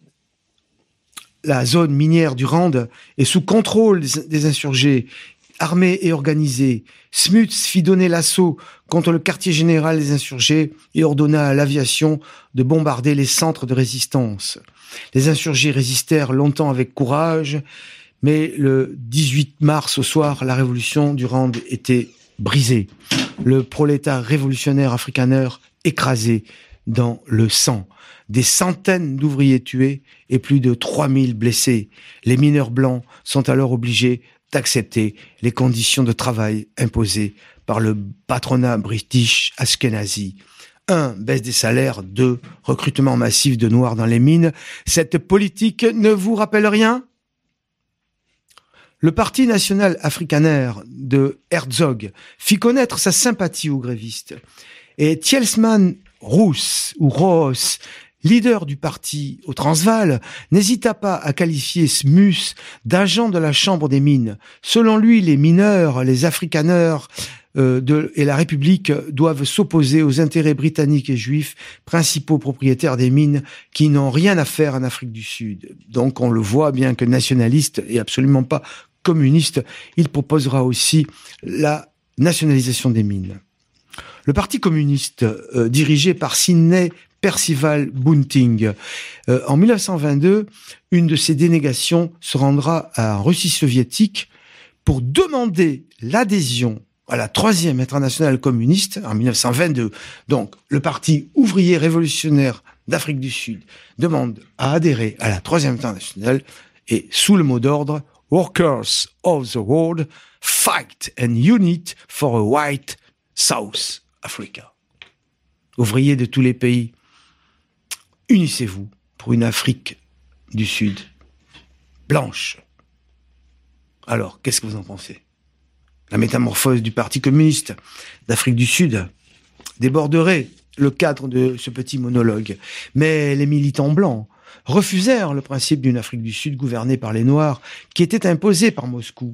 la zone minière du Rand, est sous contrôle des insurgés, armés et organisés. Smuts fit donner l'assaut contre le quartier général des insurgés et ordonna à l'aviation de bombarder les centres de résistance. Les insurgés résistèrent longtemps avec courage, mais le dix-huit mars au soir, la révolution du Rand était brisée. Le prolétaire révolutionnaire afrikaner écrasé dans le sang. Des centaines d'ouvriers tués et plus de trois mille blessés. Les mineurs blancs sont alors obligés d'accepter les conditions de travail imposées par le patronat british ashkénazi. Un, baisse des salaires. Deux, recrutement massif de Noirs dans les mines. Cette politique ne vous rappelle rien? Le Parti national afrikaner de Herzog fit connaître sa sympathie aux grévistes. Et Tjelsman Roos, ou Roos, leader du parti au Transvaal, n'hésita pas à qualifier Smuts d'agent de la Chambre des mines. Selon lui, les mineurs, les afrikaners euh, de, et la République doivent s'opposer aux intérêts britanniques et juifs, principaux propriétaires des mines, qui n'ont rien à faire en Afrique du Sud. Donc on le voit, bien que nationaliste et absolument pas communiste, il proposera aussi la nationalisation des mines. Le Parti communiste, euh, dirigé par Sidney Percival Bunting. Euh, en mille neuf cent vingt-deux, une de ses délégations se rendra en Russie soviétique pour demander l'adhésion à la troisième internationale communiste en mille neuf cent vingt-deux. Donc, le Parti ouvrier révolutionnaire d'Afrique du Sud demande à adhérer à la troisième internationale et sous le mot d'ordre « Workers of the world, fight and unite for a white South Africa ». Ouvriers de tous les pays, unissez-vous pour une Afrique du Sud blanche. Alors, qu'est-ce que vous en pensez? La métamorphose du Parti communiste d'Afrique du Sud déborderait le cadre de ce petit monologue. Mais les militants blancs refusèrent le principe d'une Afrique du Sud gouvernée par les Noirs, qui était imposé par Moscou.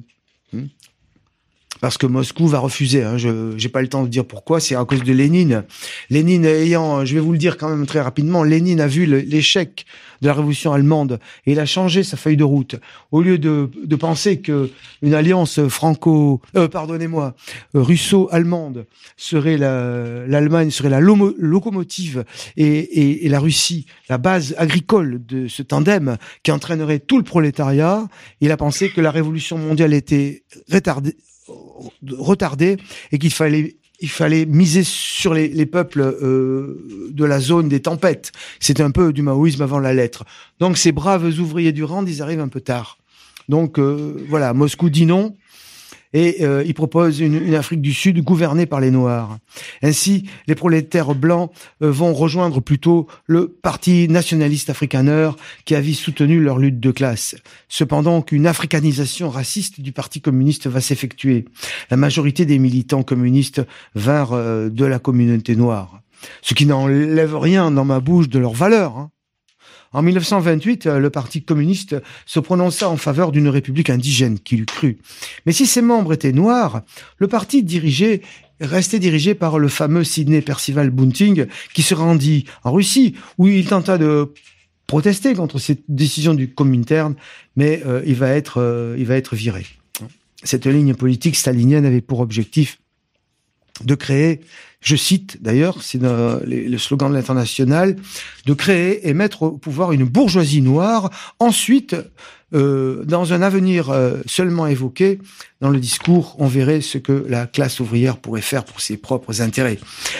Parce que Moscou va refuser, hein, je j'ai pas le temps de dire pourquoi, c'est à cause de Lénine. Lénine ayant, je vais vous le dire quand même très rapidement, Lénine a vu le, l'échec de la révolution allemande et il a changé sa feuille de route. Au lieu de, de penser que une alliance franco, euh, pardonnez-moi, euh, russo-allemande serait la, l'Allemagne serait la lomo, locomotive et, et, et la Russie la base agricole de ce tandem qui entraînerait tout le prolétariat, il a pensé que la révolution mondiale était retardée, retardée et qu'il fallait il fallait miser sur les, les peuples euh, de la zone des tempêtes. C'était un peu du maoïsme avant la lettre. Donc ces braves ouvriers du Rand, ils arrivent un peu tard. Donc euh, voilà, Moscou dit non et euh, il propose une, une Afrique du Sud gouvernée par les Noirs. Ainsi, les prolétaires blancs euh, vont rejoindre plutôt le Parti nationaliste afrikaner qui avait soutenu leur lutte de classe. Cependant qu'une africanisation raciste du Parti communiste va s'effectuer. La majorité des militants communistes vinrent euh, de la communauté noire. Ce qui n'enlève rien dans ma bouche de leur valeur, hein. En mille neuf cent vingt-huit, le Parti communiste se prononça en faveur d'une république indigène, qu'il eût cru. Mais si ses membres étaient noirs, le parti dirigé, restait dirigé par le fameux Sidney Percival Bunting, qui se rendit en Russie, où il tenta de protester contre cette décision du Comintern, mais euh, il va être, euh, il va être viré. Cette ligne politique stalinienne avait pour objectif de créer, je cite d'ailleurs, c'est le slogan de l'Internationale, de créer et mettre au pouvoir une bourgeoisie noire. Ensuite, euh, dans un avenir euh, seulement évoqué, dans le discours, on verrait ce que la classe ouvrière pourrait faire pour ses propres intérêts.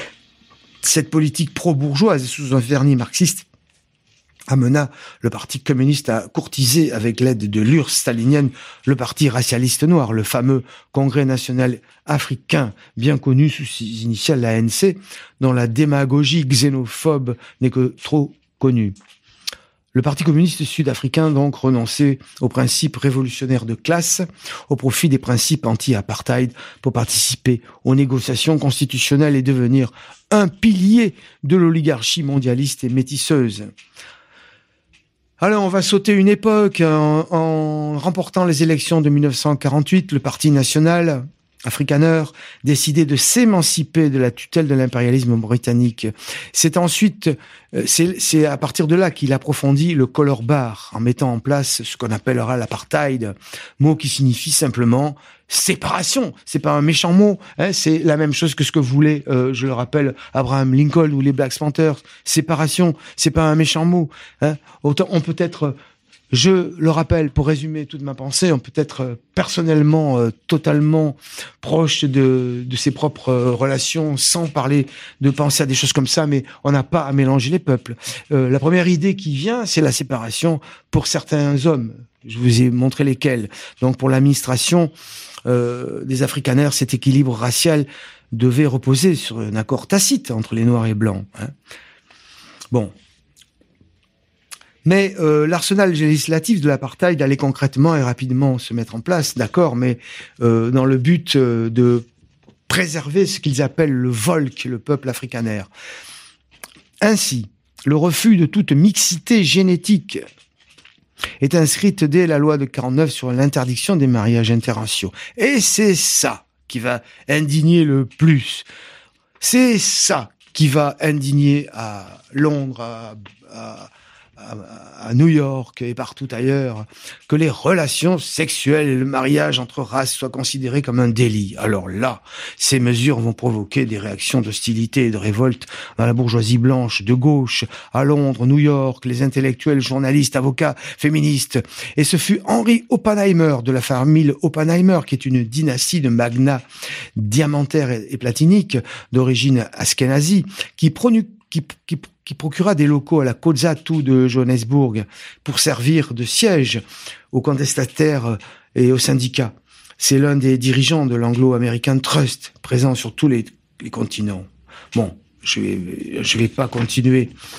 Cette politique pro-bourgeoise, sous un vernis marxiste, amena le Parti communiste à courtiser, avec l'aide de l'U R S S stalinienne, le Parti racialiste noir, le fameux Congrès national africain, bien connu sous ses initiales, l'A N C, dont la démagogie xénophobe n'est que trop connue. Le Parti communiste sud-africain donc renonçait aux principes révolutionnaires de classe au profit des principes anti-apartheid pour participer aux négociations constitutionnelles et devenir un pilier de l'oligarchie mondialiste et métisseuse. Alors, on va sauter une époque en, en remportant les élections de mille neuf cent quarante-huit. Le Parti national afrikaner décidait de s'émanciper de la tutelle de l'impérialisme britannique. C'est ensuite, c'est, c'est à partir de là qu'il approfondit le color bar en mettant en place ce qu'on appellera l'apartheid, mot qui signifie simplement séparation. C'est pas un méchant mot, hein, c'est la même chose que ce que voulait, euh, je le rappelle, Abraham Lincoln ou les Black Panthers. Séparation, c'est pas un méchant mot. Hein. Autant on peut être, je le rappelle, pour résumer toute ma pensée, on peut être euh, personnellement euh, totalement proche de, de ses propres euh, relations, sans parler de penser à des choses comme ça, mais on n'a pas à mélanger les peuples. Euh, la première idée qui vient, c'est la séparation pour certains hommes. Je vous ai montré lesquels. Donc pour l'administration euh, des Afrikaners, cet équilibre racial devait reposer sur un accord tacite entre les Noirs et Blancs. Hein. Bon. Mais euh, l'arsenal législatif de l'apartheid allait concrètement et rapidement se mettre en place, d'accord, mais euh, dans le but euh, de préserver ce qu'ils appellent le volk, le peuple afrikaner. Ainsi, le refus de toute mixité génétique est inscrite dès la loi de quarante-neuf sur l'interdiction des mariages interraciaux. Et c'est ça qui va indigner le plus. C'est ça qui va indigner à Londres, à, à, à New York et partout ailleurs, que les relations sexuelles et le mariage entre races soient considérés comme un délit. Alors là, ces mesures vont provoquer des réactions d'hostilité et de révolte dans la bourgeoisie blanche de gauche, à Londres, New York, les intellectuels, journalistes, avocats, féministes. Et ce fut Henry Oppenheimer, de la famille Oppenheimer, qui est une dynastie de magnats diamantaires et platiniques d'origine ashkénazie, qui pronu qui, qui, qui procura des locaux à la Kozatu de Johannesburg pour servir de siège aux contestataires et aux syndicats. C'est l'un des dirigeants de l'Anglo-American Trust, présent sur tous les, les continents. Bon, je vais, je vais pas continuer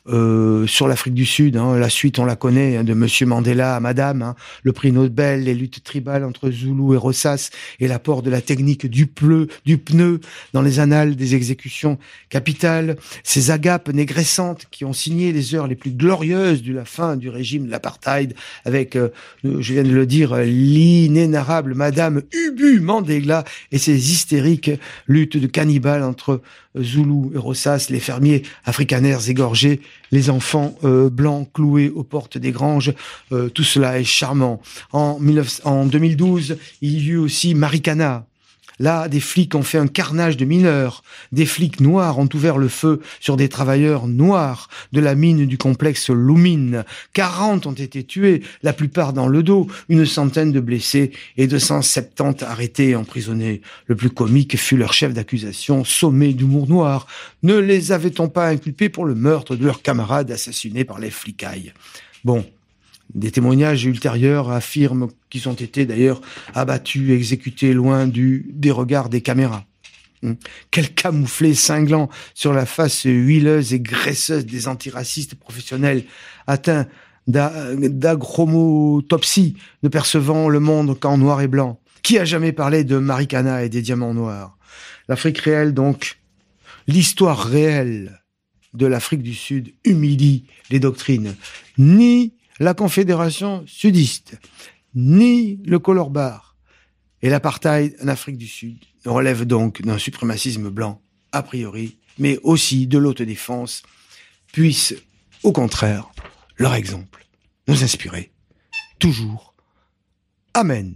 euh, sur l'Afrique du Sud. Hein. La suite, on la connaît, hein, de Monsieur Mandela à Madame, hein, le prix Nobel, les luttes tribales entre Zoulous et Rossas et l'apport de la technique du, pleu, du pneu dans les annales des exécutions capitales, ces agapes négressantes qui ont signé les heures les plus glorieuses de la fin du régime de l'apartheid avec, euh, je viens de le dire, l'inénarrable Madame Ubu Mandela et ses hystériques luttes de cannibales entre Zoulous et Rossas, les fermiers afrikaners égorgés, les enfants euh, blancs cloués aux portes des granges, euh, tout cela est charmant. En, en deux mille douze, il y eut aussi Marikana. Là, des flics ont fait un carnage de mineurs. Des flics noirs ont ouvert le feu sur des travailleurs noirs de la mine du complexe Lumine. quarante ont été tués, la plupart dans le dos, une centaine de blessés et deux cent soixante-dix arrêtés et emprisonnés. Le plus comique fut leur chef d'accusation, sommé d'humour noir. Ne les avait-on pas inculpés pour le meurtre de leurs camarades assassinés par les flicailles ? Bon. Des témoignages ultérieurs affirment qu'ils ont été d'ailleurs abattus, exécutés loin du, des regards des caméras. Quel camouflet cinglant sur la face huileuse et graisseuse des antiracistes professionnels atteints d'agromotopsie, ne percevant le monde qu'en noir et blanc. Qui a jamais parlé de Marikana et des diamants noirs ? L'Afrique réelle donc, l'histoire réelle de l'Afrique du Sud humilie les doctrines. Ni la Confédération sudiste, ni le Color Bar et l'apartheid en Afrique du Sud ne relèvent donc d'un suprémacisme blanc, a priori, mais aussi de l'autodéfense, puissent, au contraire, leur exemple, nous inspirer. Toujours. Amen.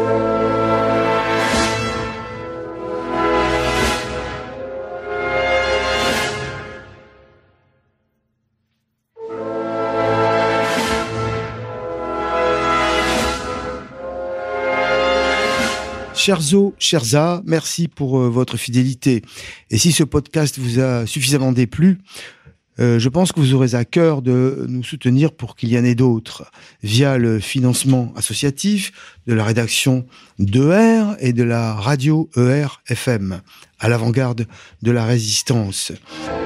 Chers os, chers A, merci pour euh, votre fidélité. Et si ce podcast vous a suffisamment déplu, euh, je pense que vous aurez à cœur de nous soutenir pour qu'il y en ait d'autres, via le financement associatif de la rédaction d'E R et de la radio E R F M, à l'avant-garde de la résistance.